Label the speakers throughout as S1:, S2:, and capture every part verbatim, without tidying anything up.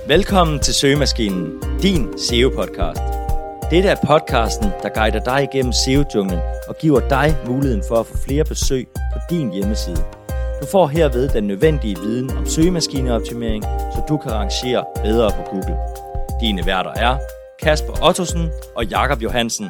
S1: Velkommen til Søgemaskinen, din S E O-podcast. Dette er podcasten, der guider dig igennem S E O-junglen og giver dig muligheden for at få flere besøg på din hjemmeside. Du får herved den nødvendige viden om søgemaskineoptimering, så du kan rangere bedre på Google. Dine værter er Kasper Ottosen og Jakob Johansen.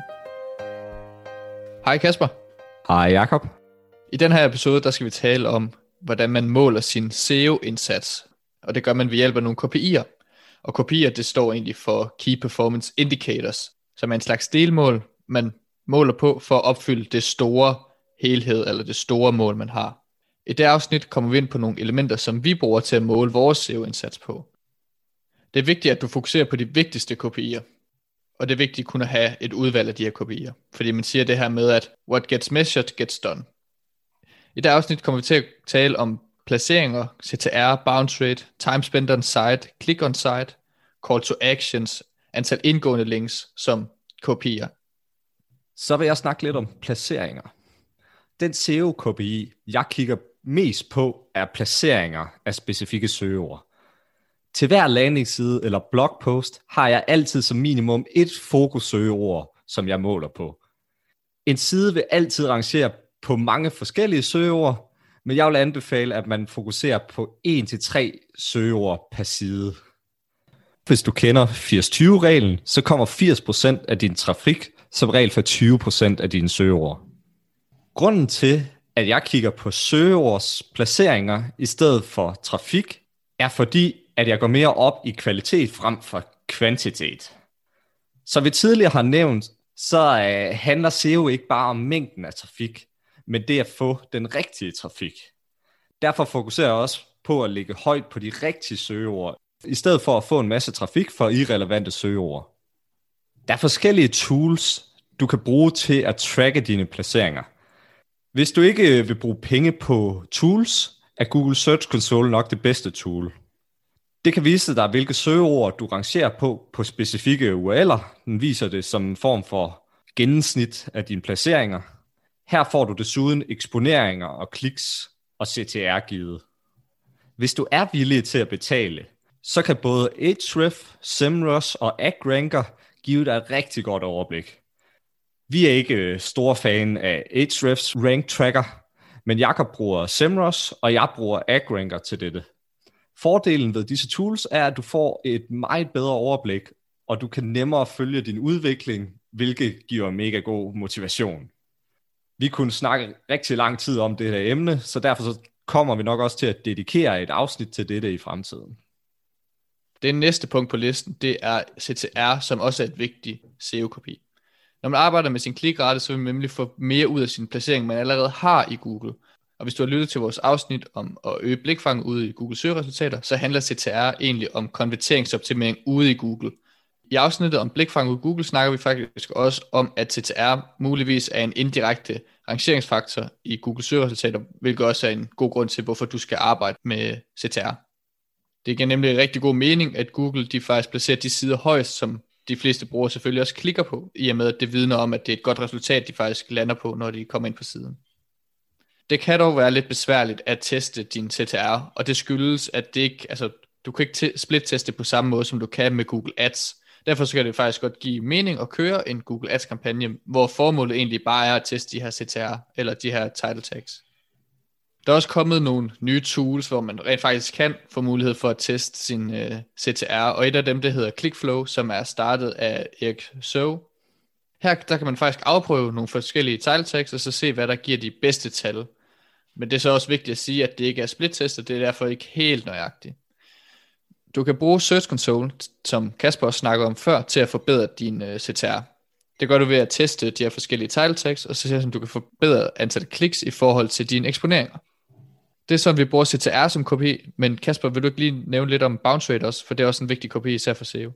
S2: Hej Kasper.
S3: Hej Jakob.
S2: I den her episode, der skal vi tale om, hvordan man måler sin S E O-indsats. Og det gør man ved hjælp af nogle K P I'er. Og K P I'er, det står egentlig for Key Performance Indicators, som er en slags delmål, man måler på for at opfylde det store helhed, eller det store mål, man har. I det afsnit kommer vi ind på nogle elementer, som vi bruger til at måle vores S E O-indsats på. Det er vigtigt, at du fokuserer på de vigtigste K P I'er. Og det er vigtigt at kunne have et udvalg af de her K P I'er. Fordi man siger det her med, at what gets measured gets done. I det afsnit kommer vi til at tale om placeringer, C T R, bounce rate, time spent on site, click on site, call to actions, antal indgående links som K P I'er.
S3: Så vil jeg snakke lidt om placeringer. Den S E O K P I, jeg kigger mest på, er placeringer af specifikke søgeord. Til hver landingsside eller blogpost har jeg altid som minimum et fokussøgeord, som jeg måler på. En side vil altid rangere på mange forskellige søgeord, men jeg vil anbefale, at man fokuserer på en til tre søgeord per side. Hvis du kender firs tyve reglen, så kommer firs procent af din trafik som regel for tyve procent af dine søgeord. Grunden til, at jeg kigger på søgeords placeringer i stedet for trafik, er fordi, at jeg går mere op i kvalitet frem for kvantitet. Som vi tidligere har nævnt, så øh, handler S E O ikke bare om mængden af trafik, men det at få den rigtige trafik. Derfor fokuserer jeg også på at ligge højt på de rigtige søgeord, i stedet for at få en masse trafik for irrelevante søgeord. Der er forskellige tools, du kan bruge til at tracke dine placeringer. Hvis du ikke vil bruge penge på tools, er Google Search Console nok det bedste tool. Det kan vise dig, hvilke søgeord du rangerer på på specifikke U R L'er. Den viser det som en form for gennemsnit af dine placeringer. Her får du desuden eksponeringer og kliks og C T R givet. Hvis du er villig til at betale, så kan både Ahrefs, Semrush og AgRanker give dig et rigtig godt overblik. Vi er ikke store fan af Ahrefs rank tracker, men Jakob bruger Semrush, og jeg bruger AgRanker til dette. Fordelen ved disse tools er, at du får et meget bedre overblik, og du kan nemmere følge din udvikling, hvilket giver mega god motivation. Vi kunne snakke rigtig lang tid om det her emne, så derfor så kommer vi nok også til at dedikere et afsnit til dette i fremtiden.
S2: Det næste punkt på listen, det er C T R, som også er et vigtigt S E O K P I. Når man arbejder med sin klikrate, så vil man nemlig få mere ud af sin placering, man allerede har i Google. Og hvis du har lyttet til vores afsnit om at øge blikfang ude i Google søgeresultater, så handler C T R egentlig om konverteringsoptimering ude i Google. I afsnittet om blikfang ude i Google snakker vi faktisk også om, at C T R muligvis er en indirekte rangeringsfaktor i Google søgeresultater, hvilket også er en god grund til, hvorfor du skal arbejde med C T R. Det giver nemlig rigtig god mening, at Google de faktisk placerer de sider højst, som de fleste brugere selvfølgelig også klikker på, i og med at det vidner om, at det er et godt resultat, de faktisk lander på, når de kommer ind på siden. Det kan dog være lidt besværligt at teste din C T R, og det skyldes, at det ikke, altså, du kan ikke t- split-teste på samme måde, som du kan med Google Ads. Derfor skal det faktisk godt give mening at køre en Google Ads-kampagne, hvor formålet egentlig bare er at teste de her C T R, eller de her title tags. Der er også kommet nogle nye tools, hvor man rent faktisk kan få mulighed for at teste sin uh, C T R, og et af dem, det hedder Clickflow, som er startet af Erik Søe. Her der kan man faktisk afprøve nogle forskellige title tags, og så se, hvad der giver de bedste tal. Men det er så også vigtigt at sige, at det ikke er split-test, og det er derfor ikke helt nøjagtigt. Du kan bruge Search Console, som Kasper også snakkede om før, til at forbedre din uh, C T R. Det gør du ved at teste de her forskellige title tags, og så se, om du kan forbedre antallet af kliks i forhold til dine eksponeringer. Det er sådan, vi bruger C T R som K P I, men Kasper, vil du ikke lige nævne lidt om bounce rate også, for det er også en vigtig K P I, især for S E O.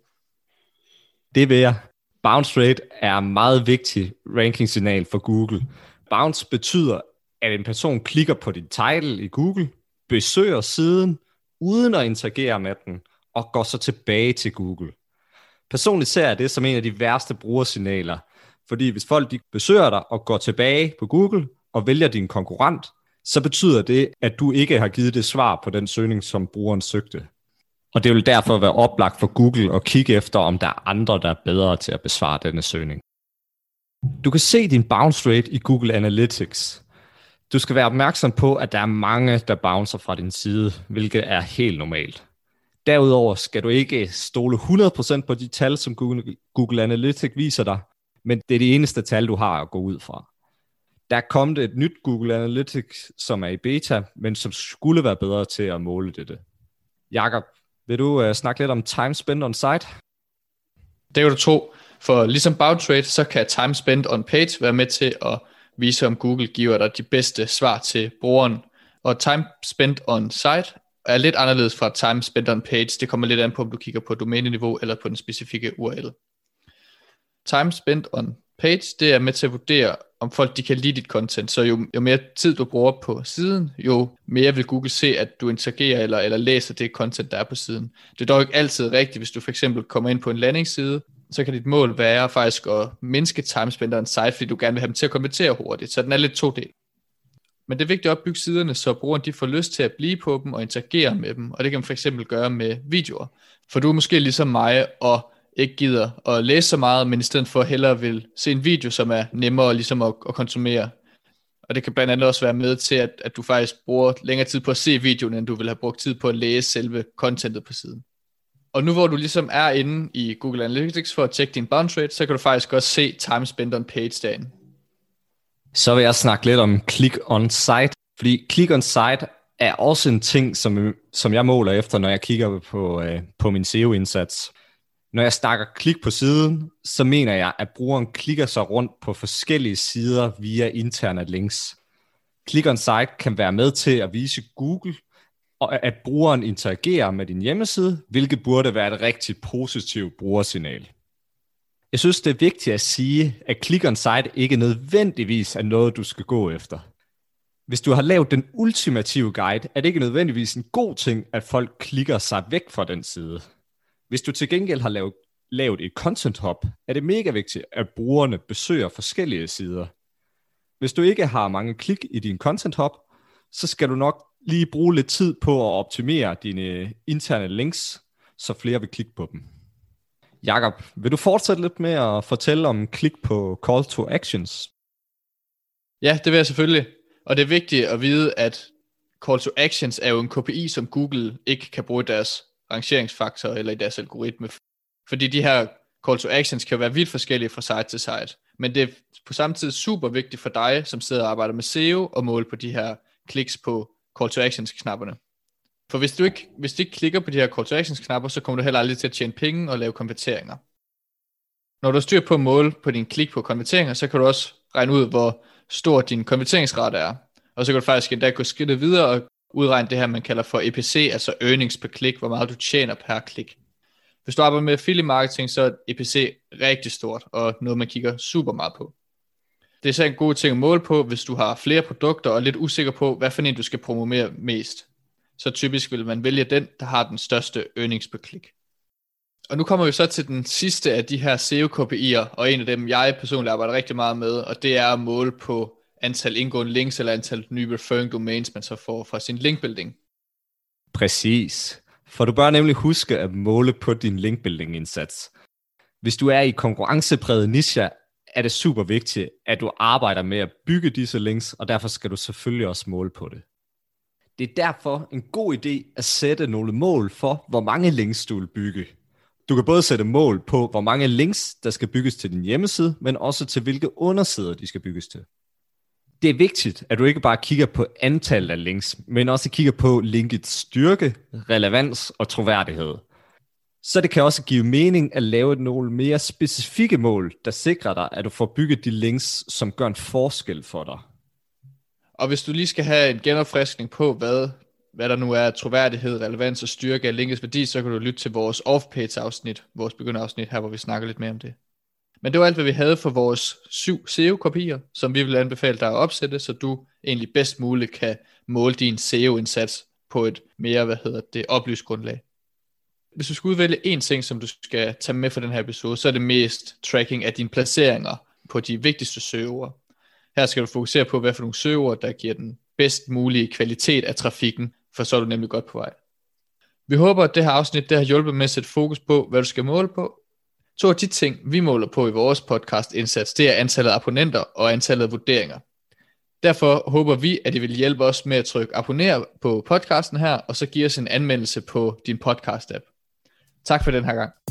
S3: Det vil jeg. Bounce rate er en meget vigtig ranking-signal for Google. Bounce betyder, at en person klikker på din title i Google, besøger siden, uden at interagere med den, og går så tilbage til Google. Personligt ser jeg det som en af de værste brugersignaler, fordi hvis folk de besøger dig og går tilbage på Google og vælger din konkurrent, så betyder det, at du ikke har givet det svar på den søgning, som brugeren søgte. Og det vil derfor være oplagt for Google at kigge efter, om der er andre, der er bedre til at besvare denne søgning. Du kan se din bounce rate i Google Analytics. Du skal være opmærksom på, at der er mange, der bouncer fra din side, hvilket er helt normalt. Derudover skal du ikke stole hundrede procent på de tal, som Google, Google Analytics viser dig, men det er det eneste tal, du har at gå ud fra. Der er kommet et nyt Google Analytics, som er i beta, men som skulle være bedre til at måle dette. Jakob, vil du uh, snakke lidt om time spent on site?
S2: Det kan du tro, for ligesom bounce rate, så kan time spent on page være med til at vise, om Google giver dig de bedste svar til brugeren. Og time spent on site er lidt anderledes fra time spent on page. Det kommer lidt an på, om du kigger på domæneniveau eller på den specifikke U R L. Time spent on page, det er med til at vurdere, om folk de kan lide dit content. Så jo, jo mere tid du bruger på siden, jo mere vil Google se, at du interagerer eller, eller læser det content, der er på siden. Det er dog ikke altid rigtigt, hvis du for eksempel kommer ind på en landingsside, så kan dit mål være faktisk at mindske time spent on site, fordi du gerne vil have dem til at konvertere hurtigt. Så den er lidt to del. Men det er vigtigt at opbygge siderne, så brugeren de får lyst til at blive på dem og interagere med dem. Og det kan man for eksempel gøre med videoer. For du er måske ligesom mig og ikke gider at læse så meget, men i stedet for hellere vil se en video, som er nemmere ligesom at, at konsumere. Og det kan blandt andet også være med til, at, at du faktisk bruger længere tid på at se videoen, end du vil have brugt tid på at læse selve contentet på siden. Og nu hvor du ligesom er inde i Google Analytics for at tjekke din bounce rate, så kan du faktisk også se time spent on page derinde.
S3: Så vil jeg snakke lidt om click on site, fordi click on site er også en ting, som, som jeg måler efter, når jeg kigger på, øh, på min S E O-indsats. Når jeg snakker klik på siden, så mener jeg, at brugeren klikker sig rundt på forskellige sider via interne links. Click on site kan være med til at vise Google, at brugeren interagerer med din hjemmeside, hvilket burde være et rigtig positivt brugersignal. Jeg synes, det er vigtigt at sige, at click on site ikke nødvendigvis er noget, du skal gå efter. Hvis du har lavet den ultimative guide, er det ikke nødvendigvis en god ting, at folk klikker sig væk fra den side. Hvis du til gengæld har lavet, lavet et content hub, er det mega vigtigt, at brugerne besøger forskellige sider. Hvis du ikke har mange klik i din content hub, så skal du nok lige bruge lidt tid på at optimere dine interne links, så flere vil klikke på dem. Jakob, vil du fortsætte lidt med at fortælle om klik på call to actions?
S2: Ja, det vil jeg selvfølgelig. Og det er vigtigt at vide, at call to actions er jo en K P I, som Google ikke kan bruge i deres rangeringsfaktor eller i deres algoritme. Fordi de her call to actions kan jo være vidt forskellige fra site til site. Men det er på samme tid super vigtigt for dig, som sidder og arbejder med S E O, og måle på de her kliks på call to actions knapperne. For hvis du ikke, hvis du ikke klikker på de her call to actions knapper, så kommer du heller aldrig til at tjene penge og lave konverteringer. Når du har styr på at måle på din klik på konverteringer, så kan du også regne ud, hvor stor din konverteringsrate er. Og så kan du faktisk endda gå skridtet videre og udregne det her, man kalder for E P C, altså earnings per klik, hvor meget du tjener per klik. Hvis du arbejder med affiliate marketing, så er E P C rigtig stort, og noget man kigger super meget på. Det er så en god ting at måle på, hvis du har flere produkter og er lidt usikker på, hvad for en du skal promovere mest. Så typisk vil man vælge den, der har den største earnings per klik. Og nu kommer vi så til den sidste af de her S E O K P I'er, og en af dem, jeg personligt arbejder rigtig meget med, og det er at måle på antal indgående links eller antal nye referring domains, man så får fra sin linkbuilding.
S3: Præcis. For du bør nemlig huske at måle på din linkbuilding-indsats. Hvis du er i konkurrencepræget niche, er det super vigtigt, at du arbejder med at bygge disse links, og derfor skal du selvfølgelig også måle på det. Det er derfor en god idé at sætte nogle mål for, hvor mange links du vil bygge. Du kan både sætte mål på, hvor mange links, der skal bygges til din hjemmeside, men også til hvilke undersider de skal bygges til. Det er vigtigt, at du ikke bare kigger på antallet af links, men også kigger på linkets styrke, relevans og troværdighed. Så det kan også give mening at lave nogle mere specifikke mål, der sikrer dig, at du får bygget de links, som gør en forskel for dig.
S2: Og hvis du lige skal have en genopfriskning på, hvad, hvad der nu er troværdighed, relevans og styrke af linkets værdi, så kan du lytte til vores off-page afsnit, vores begynderafsnit her, hvor vi snakker lidt mere om det. Men det var alt, hvad vi havde for vores syv S E O-K P I'er, som vi vil anbefale dig at opsætte, så du egentlig bedst muligt kan måle din S E O-indsats på et mere, hvad hedder det, oplyst grundlag. Hvis du skal udvælge en ting, som du skal tage med for den her episode, så er det mest tracking af dine placeringer på de vigtigste søgeord. Her skal du fokusere på, hvad for nogle søgeord, der giver den bedst mulige kvalitet af trafikken, for så er du nemlig godt på vej. Vi håber, at det her afsnit det har hjulpet med at sætte fokus på, hvad du skal måle på. To af de ting, vi måler på i vores podcast-indsats, det er antallet af abonnenter og antallet af vurderinger. Derfor håber vi, at I vil hjælpe os med at trykke abonner på podcasten her, og så give os en anmeldelse på din podcast-app. Tak for den her gang.